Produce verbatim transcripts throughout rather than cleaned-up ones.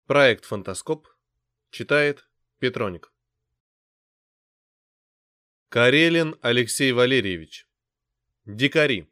Проект «Фантаскоп» читает Петроник. Карелин Алексей Валерьевич. Дикари.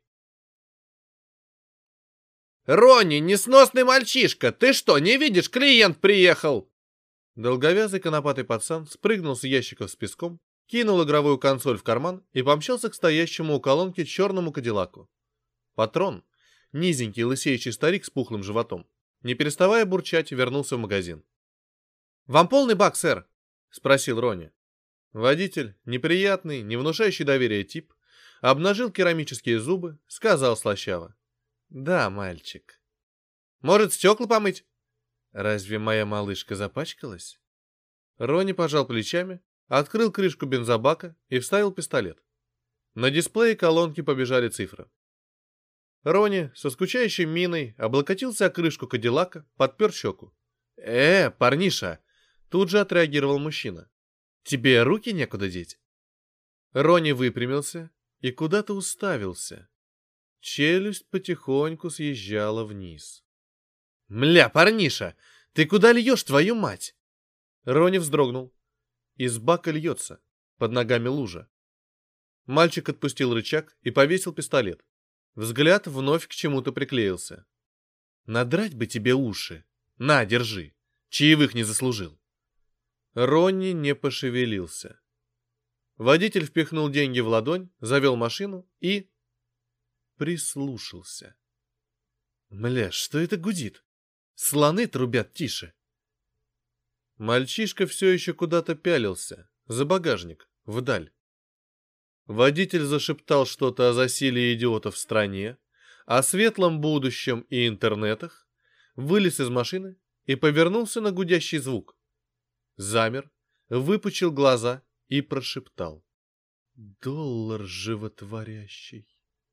«Ронни, несносный мальчишка! Ты что, не видишь, клиент приехал!» Долговязый конопатый пацан спрыгнул с ящиков с песком, кинул игровую консоль в карман и помчался к стоящему у колонки черному кадиллаку. Патрон, низенький лысеющий старик с пухлым животом, не переставая бурчать, вернулся в магазин. «Вам полный бак, сэр?» — спросил Ронни. Водитель, неприятный, не внушающий доверия тип, обнажил керамические зубы, сказал слащаво: «Да, мальчик. Может, стекла помыть?» «Разве моя малышка запачкалась?» Ронни пожал плечами, открыл крышку бензобака и вставил пистолет. На дисплее колонки побежали цифры. Ронни со скучающей миной облокотился о крышку кадиллака, подпер щеку. «Э, парниша!» — тут же отреагировал мужчина. «Тебе руки некуда деть?» Ронни выпрямился и куда-то уставился. Челюсть потихоньку съезжала вниз. «Мля, парниша, ты куда льешь, твою мать?» Ронни вздрогнул. Из бака льется, под ногами лужа. Мальчик отпустил рычаг и повесил пистолет. Взгляд вновь к чему-то приклеился. «Надрать бы тебе уши. На, держи. Чаевых не заслужил». Ронни не пошевелился. Водитель впихнул деньги в ладонь, завел машину и... прислушался. «Мля, что это гудит? Слоны трубят тише». Мальчишка все еще куда-то пялился, за багажник, вдаль. Водитель зашептал что-то о засилии идиотов в стране, о светлом будущем и интернетах, вылез из машины и повернулся на гудящий звук. Замер, выпучил глаза и прошептал: «Доллар животворящий».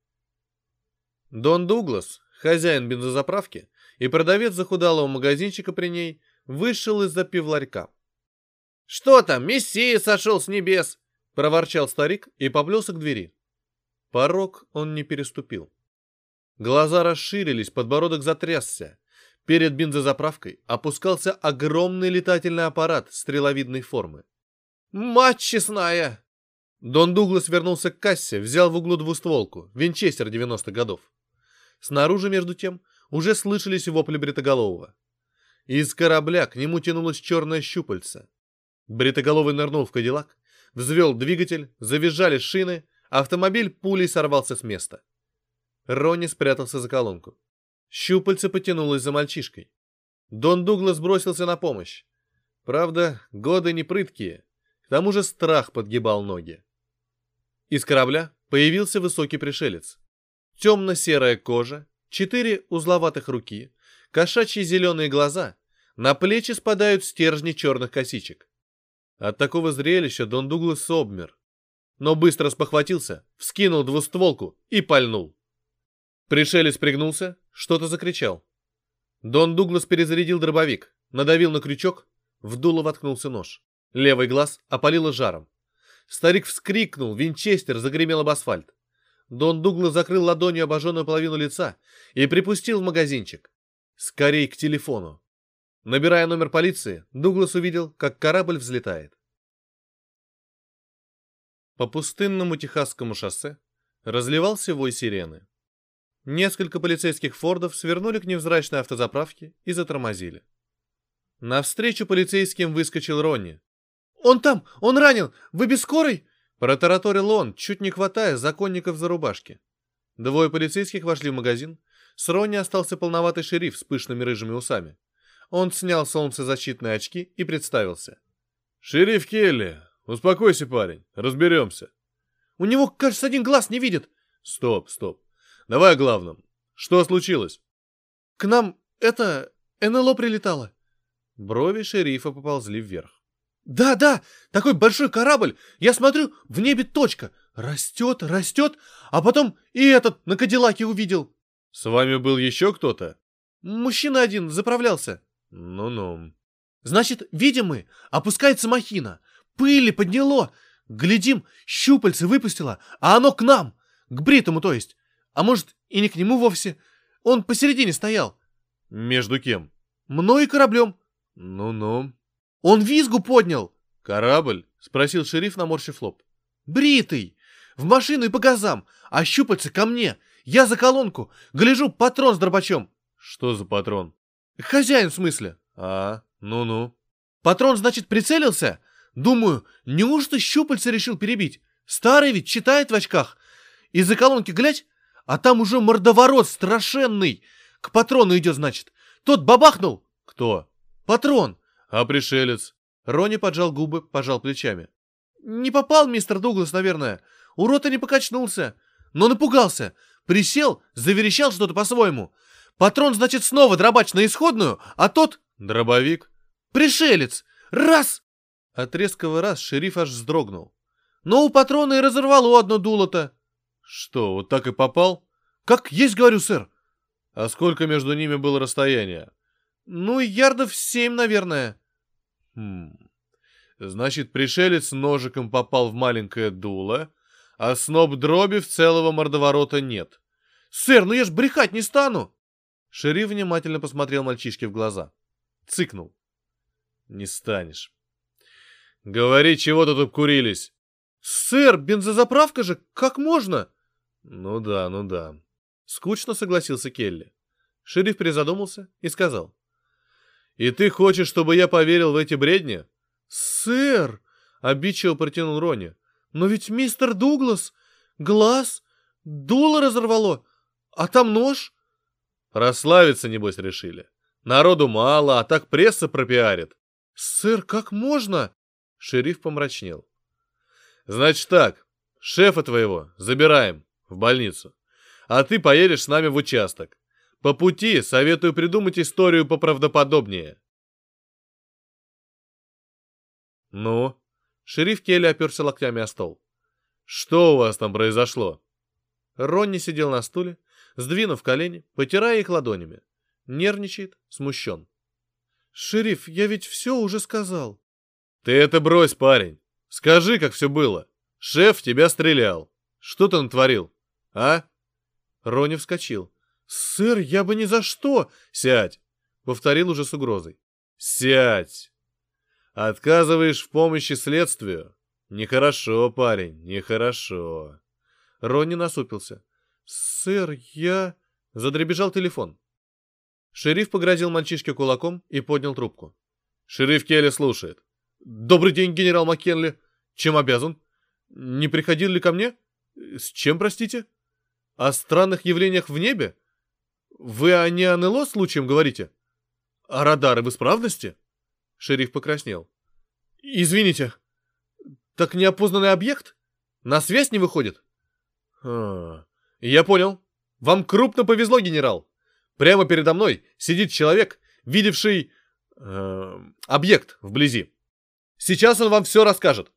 Дон Дуглас, хозяин бензозаправки и продавец захудалого магазинчика при ней, вышел из-за пивларька. «Что там, мессия сошел с небес?» — проворчал старик и поплелся к двери. Порог он не переступил. Глаза расширились, подбородок затрясся. Перед бензозаправкой опускался огромный летательный аппарат стреловидной формы. «Мать честная!» Дон Дуглас вернулся к кассе, взял в углу двустволку, винчестер девяностых годов. Снаружи, между тем, уже слышались вопли бритоголового. Из корабля к нему тянулось черное щупальце. Бритоголовый нырнул в кадиллак, взвел двигатель, завизжали шины, автомобиль пулей сорвался с места. Ронни спрятался за колонку. Щупальце потянулось за мальчишкой. Дон Дуглас бросился на помощь. Правда, годы не прыткие, к тому же страх подгибал ноги. Из корабля появился высокий пришелец. Темно-серая кожа, четыре узловатых руки, кошачьи зеленые глаза, на плечи спадают стержни черных косичек. От такого зрелища Дон Дуглас обмер, но быстро спохватился, вскинул двустволку и пальнул. Пришелец пригнулся, что-то закричал. Дон Дуглас перезарядил дробовик, надавил на крючок, в дуло воткнулся нож. Левый глаз опалило жаром. Старик вскрикнул, винчестер загремел об асфальт. Дон Дуглас закрыл ладонью обожженную половину лица и припустил в магазинчик. Скорей к телефону. Набирая номер полиции, Дуглас увидел, как корабль взлетает. По пустынному Техасскому шоссе разливался вой сирены. Несколько полицейских фордов свернули к невзрачной автозаправке и затормозили. Навстречу полицейским выскочил Ронни. «Он там! Он ранен! Вы без скорой?» — протараторил он, чуть не хватая законников за рубашки. Двое полицейских вошли в магазин. С Ронни остался полноватый шериф с пышными рыжими усами. Он снял солнцезащитные очки и представился. «Шериф Келли, успокойся, парень, разберемся». «У него, кажется, один глаз не видит». «Стоп, стоп. Давай о главном. Что случилось?» «К нам, это, эн эл о прилетало». Брови шерифа поползли вверх. «Да, да, такой большой корабль. Я смотрю, в небе точка. Растет, растет, а потом и этот на кадиллаке увидел». «С вами был еще кто-то?» «Мужчина один заправлялся». «Ну-ну». «Значит, видим мы, опускается махина. Пыли подняло. Глядим, щупальце выпустило, а оно к нам. К бритому, то есть. А может, и не к нему вовсе. Он посередине стоял». «Между кем?» «Мной и кораблем». Ну-ну. Он визгу поднял. Корабль? Спросил шериф, наморщив лоб. Бритый. В машину и по газам. А щупальца ко мне. Я за колонку. Гляжу, патрон с дробачом. Что за патрон? Хозяин, в смысле. А, ну-ну. Патрон, значит, прицелился? Думаю, неужто щупальца решил перебить? Старый ведь, читает в очках. Из-за колонки глядь, а там уже мордоворот страшенный. К патрону идет, значит. Тот бабахнул. Кто? Патрон. А пришелец? Рони поджал губы, пожал плечами. Не попал мистер Дуглас, наверное. Урод и не покачнулся. Но напугался. Присел, заверещал что-то по-своему. Патрон, значит, снова дробач на исходную, а тот... Дробовик? Пришелец. Раз! От резкого раз шериф аж вздрогнул. Но у патрона и разорвало одно дуло-то. Что, вот так и попал? Как есть, говорю, сэр. А сколько между ними было расстояние? Ну, ярдов семь, наверное. Хм. Значит, пришелец ножиком попал в маленькое дуло, а сноп дроби в целого мордоворота нет. Сэр, ну я ж брехать не стану. Шериф внимательно посмотрел мальчишке в глаза. Цыкнул. Не станешь. Говори, чего тут обкурились? Сэр, бензозаправка же, как можно? Ну да, ну да. Скучно согласился Келли. Шериф призадумался и сказал. И ты хочешь, чтобы я поверил в эти бредни? Сэр, обидчиво протянул Рони. Но ведь мистер Дуглас, глаз, дуло разорвало, а там нож. Прославиться, небось, решили. Народу мало, а так пресса пропиарит. Сэр, как можно? Шериф помрачнел. Значит так, шефа твоего забираем в больницу, а ты поедешь с нами в участок. По пути советую придумать историю поправдоподобнее. Ну? Шериф Келли оперся локтями о стол. Что у вас там произошло? Ронни сидел на стуле, сдвинув колени, потирая их ладонями. Нервничает, смущен. Шериф, я ведь все уже сказал. Ты это брось, парень. Скажи, как все было. Шеф тебя стрелял. Что ты натворил? А? Ронни вскочил. Сэр, я бы ни за что. Сядь. Повторил уже с угрозой. Сядь. Отказываешь в помощи следствию? Нехорошо, парень, нехорошо. Ронни насупился. Сэр, я... Задребежал телефон. Шериф погрозил мальчишке кулаком и поднял трубку. Шериф Келли слушает. Добрый день, генерал Маккенли. Чем обязан? Не приходил ли ко мне? С чем, простите? О странных явлениях в небе? Вы о не о НЛО случаем говорите? А радары в исправности? Шериф покраснел. Извините. Так неопознанный объект? На связь не выходит? А, я понял. Вам крупно повезло, генерал. Прямо передо мной сидит человек, видевший э, объект вблизи. Сейчас он вам все расскажет.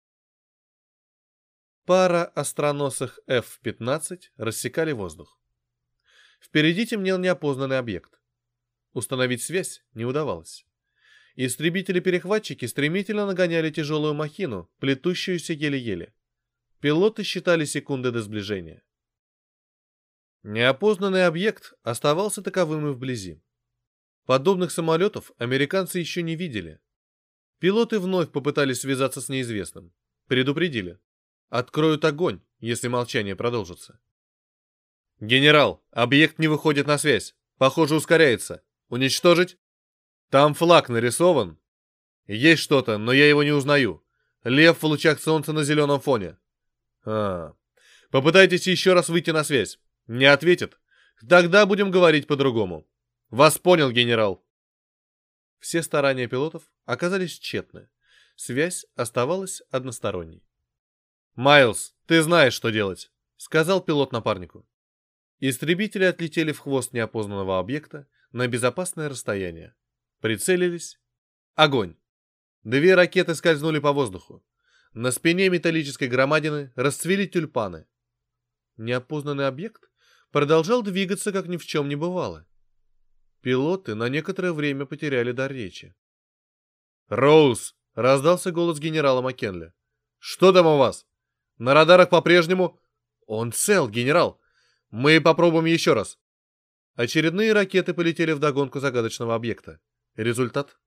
Пара остроносых эф пятнадцать рассекали воздух. Впереди темнел неопознанный объект. Установить связь не удавалось. Истребители-перехватчики стремительно нагоняли тяжелую махину, плетущуюся еле-еле. Пилоты считали секунды до сближения. Неопознанный объект оставался таковым и вблизи. Подобных самолетов американцы еще не видели. Пилоты вновь попытались связаться с неизвестным. Предупредили. Откроют огонь, если молчание продолжится. «Генерал, объект не выходит на связь. Похоже, ускоряется. Уничтожить?» «Там флаг нарисован. Есть что-то, но я его не узнаю. Лев в лучах солнца на зеленом фоне». «А, попытайтесь еще раз выйти на связь. Не ответит? Тогда будем говорить по-другому. Вас понял, генерал». Все старания пилотов оказались тщетны. Связь оставалась односторонней. «Майлз, ты знаешь, что делать», — сказал пилот напарнику. Истребители отлетели в хвост неопознанного объекта на безопасное расстояние. Прицелились. Огонь. Две ракеты скользнули по воздуху. На спине металлической громадины расцвели тюльпаны. Неопознанный объект продолжал двигаться, как ни в чем не бывало. Пилоты на некоторое время потеряли дар речи. «Роуз!» — раздался голос генерала Маккенли. «Что там у вас? На радарах по-прежнему...» «Он цел, генерал! Мы попробуем еще раз!» Очередные ракеты полетели вдогонку загадочного объекта. Результат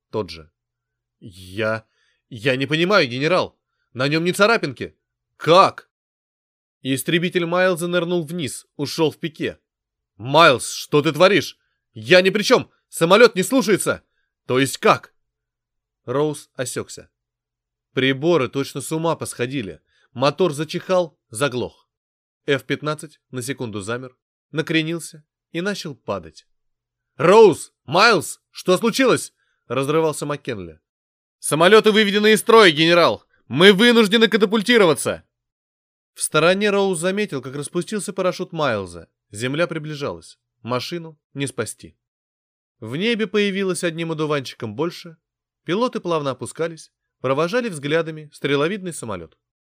тот же. Я... я не понимаю, генерал. На нем не царапинки. Как? Истребитель Майлза нырнул вниз, ушел в пике. Майлз, что ты творишь? Я ни при чем. Самолет не слушается. То есть как? Роуз осекся. Приборы точно с ума посходили. Мотор зачихал, заглох. эф пятнадцать на секунду замер, накренился и начал падать. «Роуз! Майлз! Что случилось?» — разрывался Маккенли. «Самолеты выведены из строя, генерал! Мы вынуждены катапультироваться!» В стороне Роуз заметил, как распустился парашют Майлза. Земля приближалась. Машину не спасти. В небе появилось одним одуванчиком больше. Пилоты плавно опускались, провожали взглядами стреловидный самолет.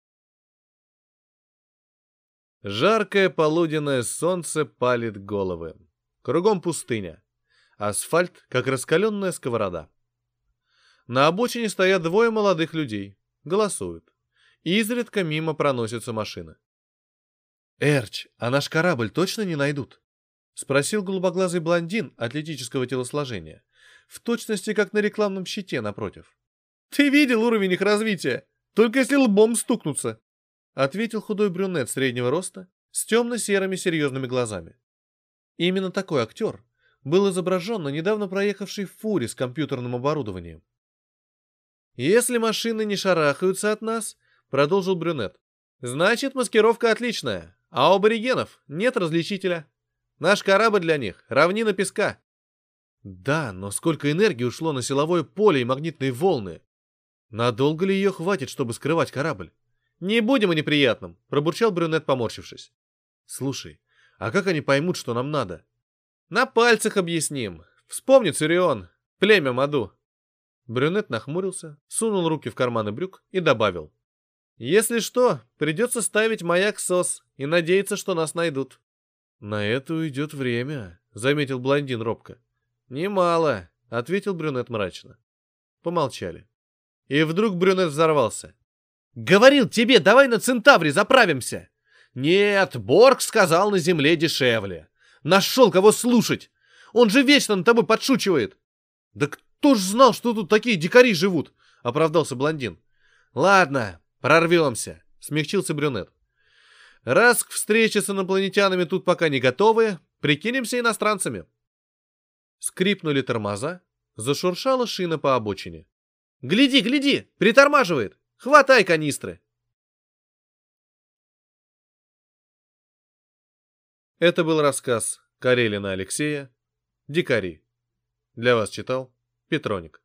Жаркое полуденное солнце палит головы. Кругом пустыня. Асфальт, как раскаленная сковорода. На обочине стоят двое молодых людей. Голосуют. Изредка мимо проносятся машины. «Эрч, а наш корабль точно не найдут?» — спросил голубоглазый блондин атлетического телосложения, в точности как на рекламном щите напротив. «Ты видел уровень их развития? Только если лбом стукнуться!» — ответил худой брюнет среднего роста с темно-серыми серьезными глазами. Именно такой актер был изображен на недавно проехавшей фуре с компьютерным оборудованием. «Если машины не шарахаются от нас, — продолжил брюнет, — значит, маскировка отличная, а у аборигенов нет различителя. Наш корабль для них — равнина песка». «Да, но сколько энергии ушло на силовое поле и магнитные волны? Надолго ли ее хватит, чтобы скрывать корабль?» «Не будем о неприятном», — пробурчал брюнет, поморщившись. «Слушай, а как они поймут, что нам надо?» «На пальцах объясним. Вспомни, Цурион, племя Маду». Брюнет нахмурился, сунул руки в карманы брюк и добавил. «Если что, придется ставить маяк СОС и надеяться, что нас найдут». «На это уйдет время», — заметил блондин робко. «Немало», — ответил брюнет мрачно. Помолчали. И вдруг брюнет взорвался. «Говорил тебе, давай на Центавре заправимся!» «Нет, Борг сказал, на земле дешевле. Нашел кого слушать! Он же вечно над тобой подшучивает!» «Да кто ж знал, что тут такие дикари живут?» — оправдался блондин. «Ладно, прорвемся», — смягчился брюнет. «Раз к встрече с инопланетянами тут пока не готовы, прикинемся иностранцами». Скрипнули тормоза, зашуршала шина по обочине. «Гляди, гляди! Притормаживает! Хватай канистры!» Это был рассказ Карелина Алексея «Дикари». Для вас читал Петроник.